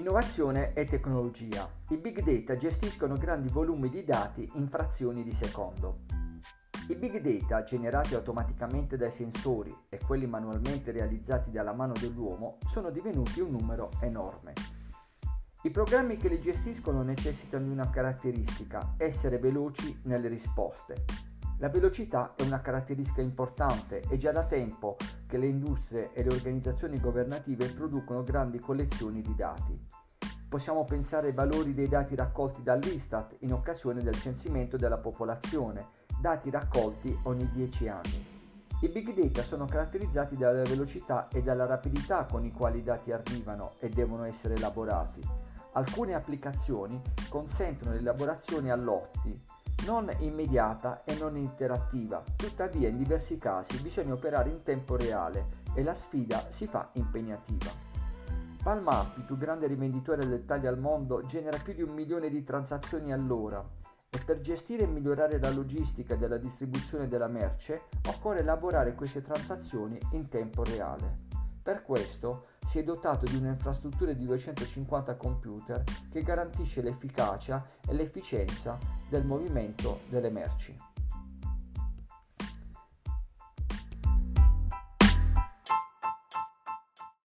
Innovazione e tecnologia. I big data gestiscono grandi volumi di dati in frazioni di secondo. I big data, generati automaticamente dai sensori e quelli manualmente realizzati dalla mano dell'uomo, sono divenuti un numero enorme. I programmi che li gestiscono necessitano di una caratteristica: essere veloci nelle risposte. La velocità è una caratteristica importante e già da tempo che le industrie e le organizzazioni governative producono grandi collezioni di dati. Possiamo pensare ai valori dei dati raccolti dall'Istat in occasione del censimento della popolazione, dati raccolti ogni 10 anni. I big data sono caratterizzati dalla velocità e dalla rapidità con i quali i dati arrivano e devono essere elaborati. Alcune applicazioni consentono l'elaborazione a lotti, non immediata e non interattiva, tuttavia in diversi casi bisogna operare in tempo reale e la sfida si fa impegnativa. Walmart, il più grande rivenditore del taglio al mondo, genera più di 1 milione di transazioni all'ora e per gestire e migliorare la logistica della distribuzione della merce occorre elaborare queste transazioni in tempo reale. Per questo si è dotato di un'infrastruttura di 250 computer che garantisce l'efficacia e l'efficienza del movimento delle merci.